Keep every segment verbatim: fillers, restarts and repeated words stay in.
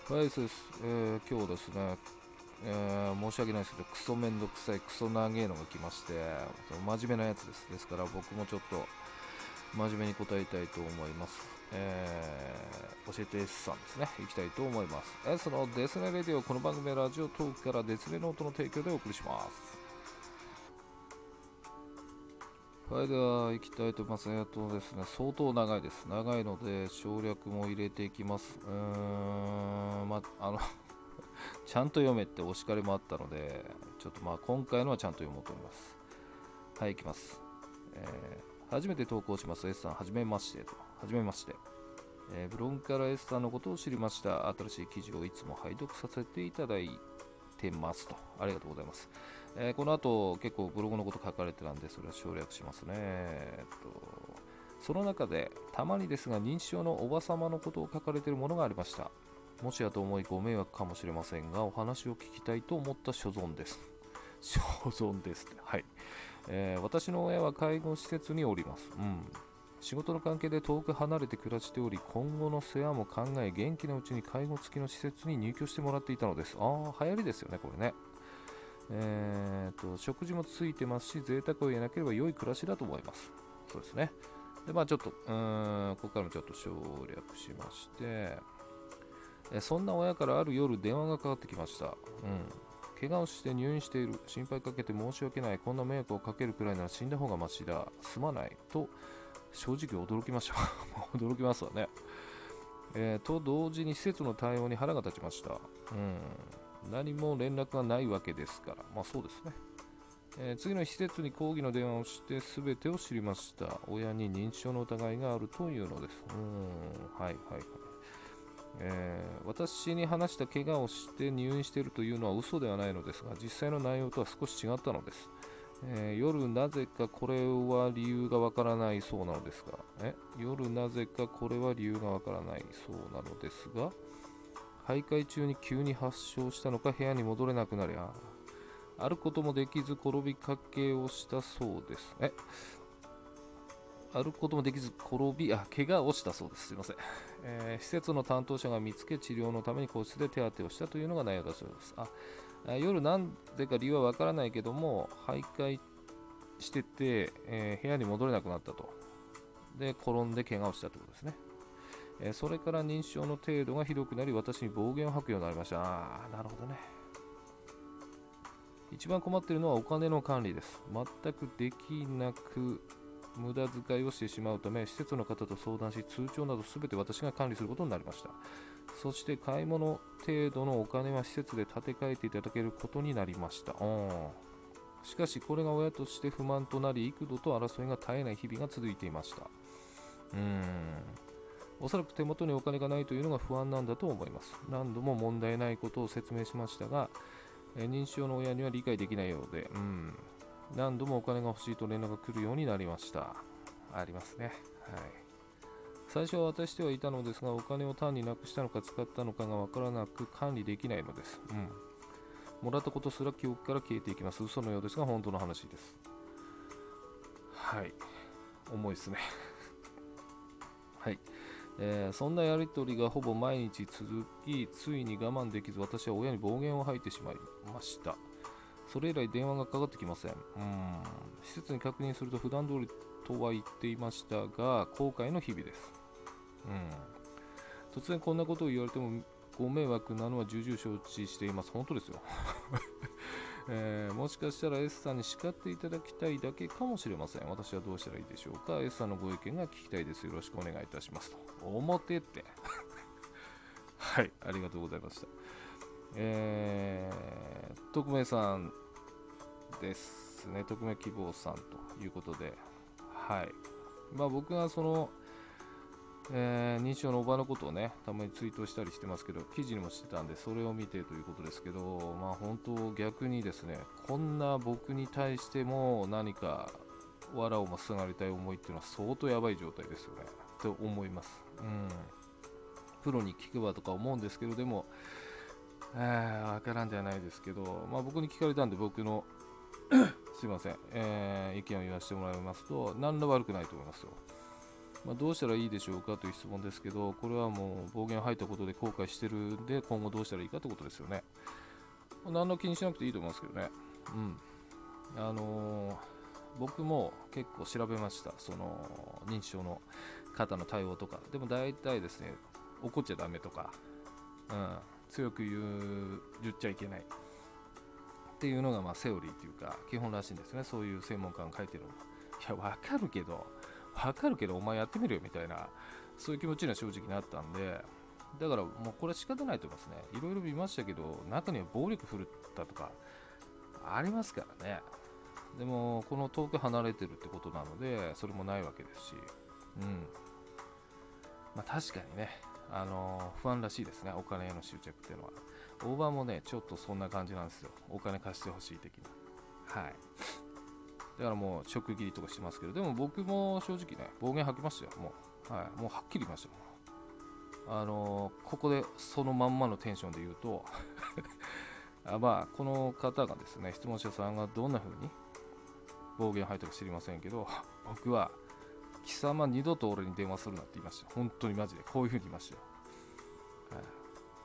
はい、そうです。えー今日ですね、えー申し訳ないですけど、クソめんどくさい、クソ長えのが来まして、真面目なやつです。ですから僕もちょっと真面目に答えたいと思います。えー教えて S さんですね、いきたいと思います。S のデスネレディオ、この番組はラジオトークからデスネノートの提供でお送りします。はい、では行きたいと思います。えっとですね、相当長いです。長いので省略も入れていきます。うーん、まあのちゃんと読めってお叱りもあったので、ちょっとまあ今回のはちゃんと読もうと思います。はい、いきます。えー初めて投稿します。S さん、はじめましてと。はじめまして。えーブログから S さんのことを知りました。新しい記事をいつも拝読させていただいてますと。ありがとうございます。えーこの後、結構ブログのこと書かれてたんで、それは省略しますね。えっと、その中で、たまにですが認知症のおばさまのことを書かれているものがありました。もしやと思いご迷惑かもしれませんが、お話を聞きたいと思った所存です。所存ですって。はい。えー私の親は介護施設におります。うん。仕事の関係で遠く離れて暮らしており、今後の世話も考え、元気なうちに介護付きの施設に入居してもらっていたのです。ああ、流行りですよね、これね。えーと、食事もついてますし、贅沢を言えなければ良い暮らしだと思います。そうですね。で、まあちょっと、うーん、ここからもちょっと省略しまして、えそんな親からある夜電話がかかってきました。うん。怪我をして入院している。心配かけて申し訳ない。こんな迷惑をかけるくらいなら死んだ方がマシだ。すまない。と、正直驚きました。驚きますわね。えーと同時に施設の対応に腹が立ちました。うん。何も連絡がないわけですから。まあそうですね。えー次の施設に抗議の電話をして全てを知りました。親に認知症の疑いがあるというのです。うん。はいはいはい。えー私に話した怪我をして入院しているというのは嘘ではないのですが、実際の内容とは少し違ったのです。えー夜なぜかこれは理由がわからないそうなのですが、え夜なぜかこれは理由がわからないそうなのですが、徘徊中に急に発症したのか部屋に戻れなくなり、あ歩くこともできず転びかけをしたそうです。え歩くこともできず転び、あ、怪我をしたそうです。すいません。えー施設の担当者が見つけ治療のために個室で手当てをしたというのが内容だそうです。あ、夜なんでか理由はわからないけども、徘徊してて、えー部屋に戻れなくなったと。で、転んで怪我をしたということですね。えーそれから認知症の程度がひどくなり、私に暴言を吐くようになりました。あー、なるほどね。一番困っているのはお金の管理です。全くできなく無駄遣いをしてしまうため、施設の方と相談し、通帳などすべて私が管理することになりました。そして買い物程度のお金は施設で立て替えていただけることになりました。しかしこれが親として不満となり、幾度と争いが絶えない日々が続いていました。うーんおそらく手元にお金がないというのが不安なんだと思います。何度も問題ないことを説明しましたが、え認知症の親には理解できないようで、うん、何度もお金が欲しいと連絡が来るようになりました。ありますね。はい。最初は私ではいたのですが、お金を単になくしたのか使ったのかがわからなく管理できないのです。うん。もらったことすら記憶から消えていきます。嘘のようですが、本当の話です。はい。重いですね。はい。えーそんなやりとりがほぼ毎日続き、ついに我慢できず、私は親に暴言を吐いてしまいました。それ以来電話がかかってきません。うーん施設に確認すると普段通りとは言っていましたが、後悔の日々です。うん突然こんなことを言われてもご迷惑なのは重々承知しています。本当ですよ。えーもしかしたら S さんに叱っていただきたいだけかもしれません。私はどうしたらいいでしょうか。 S さんのご意見が聞きたいです。よろしくお願いいたしますと。表ってはい、ありがとうございました。えー、匿名さんですね。匿名希望さんということで、はい。まあ僕がその、えー認知症のおばのことをね、たまにツイートしたりしてますけど、記事にもしてたんで、それを見てということですけど、まあ本当逆にですね、こんな僕に対しても何か藁をもすがりたい思いっていうのは相当やばい状態ですよね。と思います。うん。プロに聞くわとか思うんですけど、でも、えー、わからんではないですけど、まあ僕に聞かれたんで僕のすいません、えー意見を言わせてもらいますと、何ら悪くないと思いますよ。 まあ、どうしたらいいでしょうかという質問ですけど、これはもう暴言を吐いたことで後悔してるんで、今後どうしたらいいかということですよね。何の気にしなくていいと思いますけどね。うん。あのー、僕も結構調べました。その認知症の方の対応とか。でも大体ですね、怒っちゃダメとか、うん、強く言う、言っちゃいけないっていうのがまあセオリーというか基本らしいんですね。そういう専門家が書いてるのは。いや、わかるけど、わかるけどお前やってみるよみたいな、そういう気持ちには正直にあったんで、だからもうこれは仕方ないと思いますね。いろいろ見ましたけど、中には暴力振るったとかありますからね。でもこの遠く離れてるってことなので、それもないわけですし、うん、まあ確かにね、あのー不安らしいですね、お金への執着っていうのは。大場もね、ちょっとそんな感じなんですよ。お金貸してほしい的な。はい。だからもう直切りとかしてますけど、でも僕も正直ね、暴言吐きましたよ。もう、はい、もうはっきり言いましたもん。あのーここでそのまんまのテンションで言うとあ、まあこの方がですね、質問者さんがどんな風に暴言吐いたか知りませんけど、僕は貴様二度と俺に電話するなって言いましたよ。本当にマジでこういう風に言いましたよ。はい、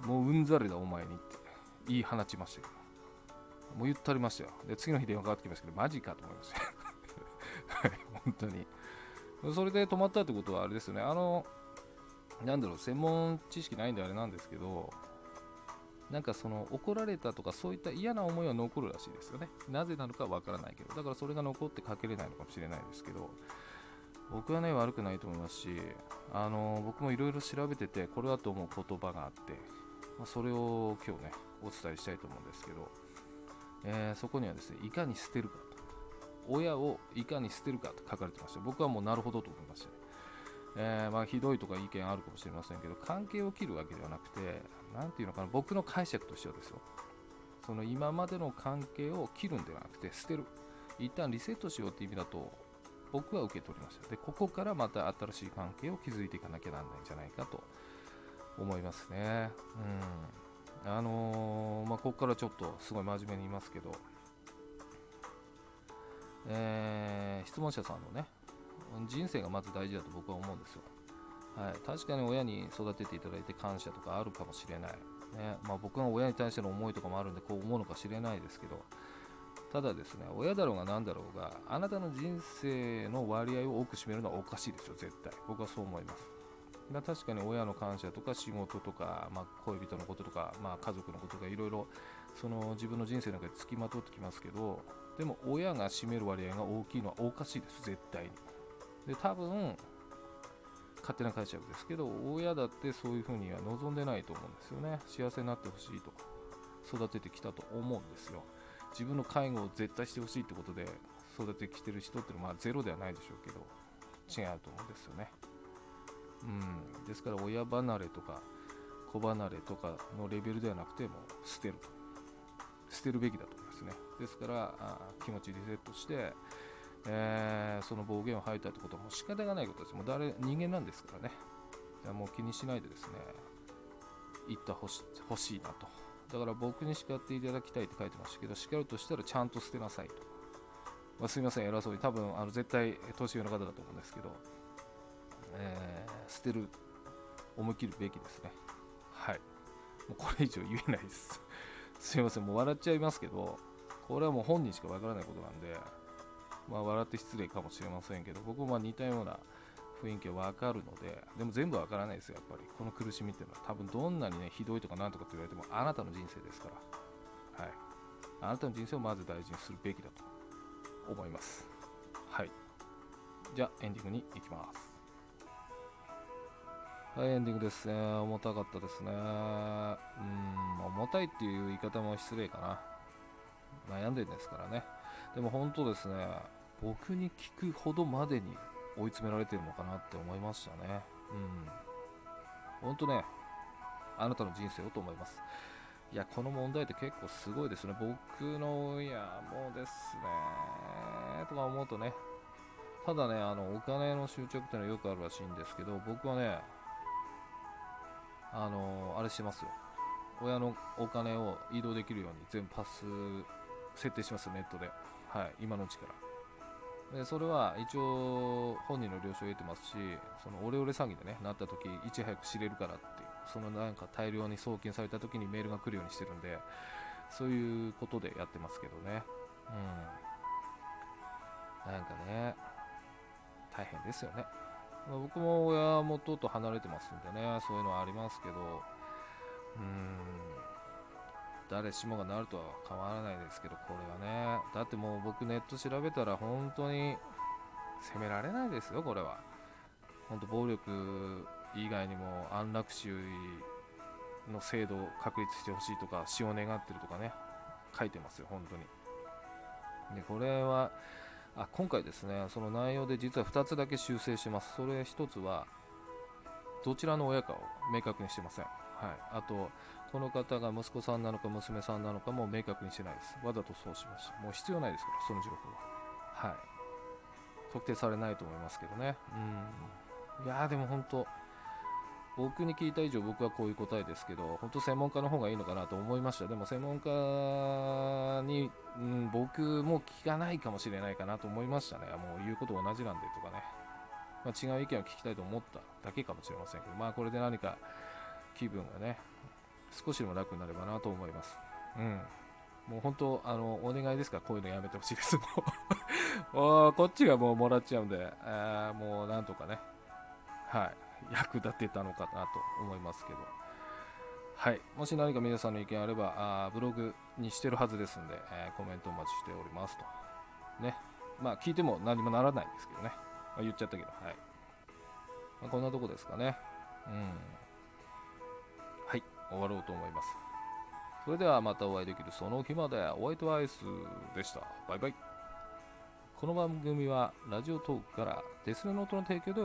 もううんざりだお前にって言い放ちましたけど、もう言ったりましたよ。で、次の日電話かかってきましたけど、マジかと思いましたよ。はい、本当に。それで止まったってことはあれですよね。あの、なんだろう、専門知識ないんであれなんですけど、なんかその怒られたとかそういった嫌な思いは残るらしいですよね。なぜなのかわからないけど、だからそれが残ってかけれないのかもしれないですけど、僕はね、悪くないと思いますし、あの僕もいろいろ調べてて、これだと思う言葉があって、まあ、それを今日ね、お伝えしたいと思うんですけど、えーそこにはですね、いかに捨てるかと、親をいかに捨てるかと書かれてました。僕はもうなるほどと思いましたね。えーまあ、ひどいとか意見あるかもしれませんけど、関係を切るわけではなくて、なんていうのかな、僕の解釈としてはですよ、その今までの関係を切るんではなくて捨てる、一旦リセットしようっていう意味だと僕は受け取りました。で、ここからまた新しい関係を築いていかなきゃなんないんじゃないかと思いますね。うん。あのー、まあ、ここからちょっとすごい真面目に言いますけど、えー質問者さんのね、人生がまず大事だと僕は思うんですよ。はい、確かに親に育てていただいて感謝とかあるかもしれない、ね。まあ、僕が親に対しての思いとかもあるんでこう思うのかしれないですけど、ただですね、親だろうが何だろうがあなたの人生の割合を多く占めるのはおかしいですよ、絶対。僕はそう思います。まあ、確かに親の感謝とか仕事とか、まあ、恋人のこととか、まあ、家族のこととかいろいろその自分の人生の中で付きまとってきますけど、でも親が占める割合が大きいのはおかしいです、絶対に。で、多分勝手な解釈ですけど、親だってそういうふうには望んでないと思うんですよね。幸せになってほしいとか育ててきたと思うんですよ。自分の介護を絶対してほしいってことで育ててきてる人ってのはまあゼロではないでしょうけど、違うと思うんですよね。うん、ですから親離れとか子離れとかのレベルではなくて、もう捨てると捨てるべきだと思いますね。ですからあ気持ちリセットして、えーその暴言を吐いたってことはもう仕方がないことです。もう誰人間なんですからね。じゃあもう気にしないでですね、言ったほし欲しいなと。だから僕に叱っていただきたいって書いてましたけど、叱るとしたらちゃんと捨てなさいと。まあ、すみません、偉そうに、多分あの絶対年上の方だと思うんですけど、えー捨てる、思い切るべきですね。はい。もうこれ以上言えないです。すみません、もう笑っちゃいますけど、これはもう本人しかわからないことなんで、まあ笑って失礼かもしれませんけど、僕もまあ似たような雰囲気はわかるので、でも全部わからないですよ、やっぱり。この苦しみっていうのは、多分どんなにね、ひどいとかなんとかって言われても、あなたの人生ですから。はい。あなたの人生をまず大事にするべきだと思います。はい。じゃあ、エンディングに行きます。はい、エンディングですね。重たかったですね。うーん、重たいっていう言い方も失礼かな。悩んでるんですからね。でも本当ですね、僕に聞くほどまでに追い詰められてるのかなって思いましたね。うん。本当ね、あなたの人生をと思います。いや、この問題って結構すごいですね。僕の親もですね、とか思うとね、ただね、あの、お金の執着ってのはよくあるらしいんですけど、僕はね、あの、あれしてますよ。親のお金を移動できるように全部パス設定しますよ、ネットで。はい、今のうちから。 でそれは一応本人の了承を得てますし、そのオレオレ詐欺でねなった時いち早く知れるからっていう、そのなんか大量に送金された時にメールが来るようにしてるんで、そういうことでやってますけどね。うん、なんかね大変ですよね。まあ、僕も親元と離れてますんでね、そういうのはありますけど、うーん、誰しもがなるとは変わらないですけど、これはね、だってもう僕ネット調べたら本当に責められないですよ、これは。本当暴力以外にも安楽死の制度を確立してほしいとか、死を願ってるとかね、書いてますよ、本当に。で、これは、あ、今回ですね、その内容で実はふたつだけ修正してます。それひとつは、どちらの親かを明確にしてません。はい。あと、この方が息子さんなのか娘さんなのかも明確にしてないです。わざとそうしました。もう必要ないですから、その情報は。はい。特定されないと思いますけどね。うん。いやーでも本当、僕に聞いた以上僕はこういう答えですけど、本当専門家の方がいいのかなと思いました。でも専門家に、うん、僕も聞かないかもしれないかなと思いましたね。もう言うこと同じなんでとかね。まあ、違う意見を聞きたいと思っただけかもしれませんけど、まあこれで何か気分がね、少しでも楽になればなと思います。うん。もう本当、あの、お願いですから、こういうのやめてほしいです。もうこっちがもうもらっちゃうんで、あもうなんとかね、はい、役立てたのかなと思いますけど、はい、もし何か皆さんの意見あれば、あブログにしてるはずですんで、えーコメントお待ちしておりますと。ね。まあ、聞いても何もならないですけどね。まあ、言っちゃったけど、はい。まあ、こんなとこですかね。うん。はい、終わろうと思います。それではまたお会いできるその日まで。ホワイトアイスでした。バイバイ。この番組はラジオトークからデスネノートの提供で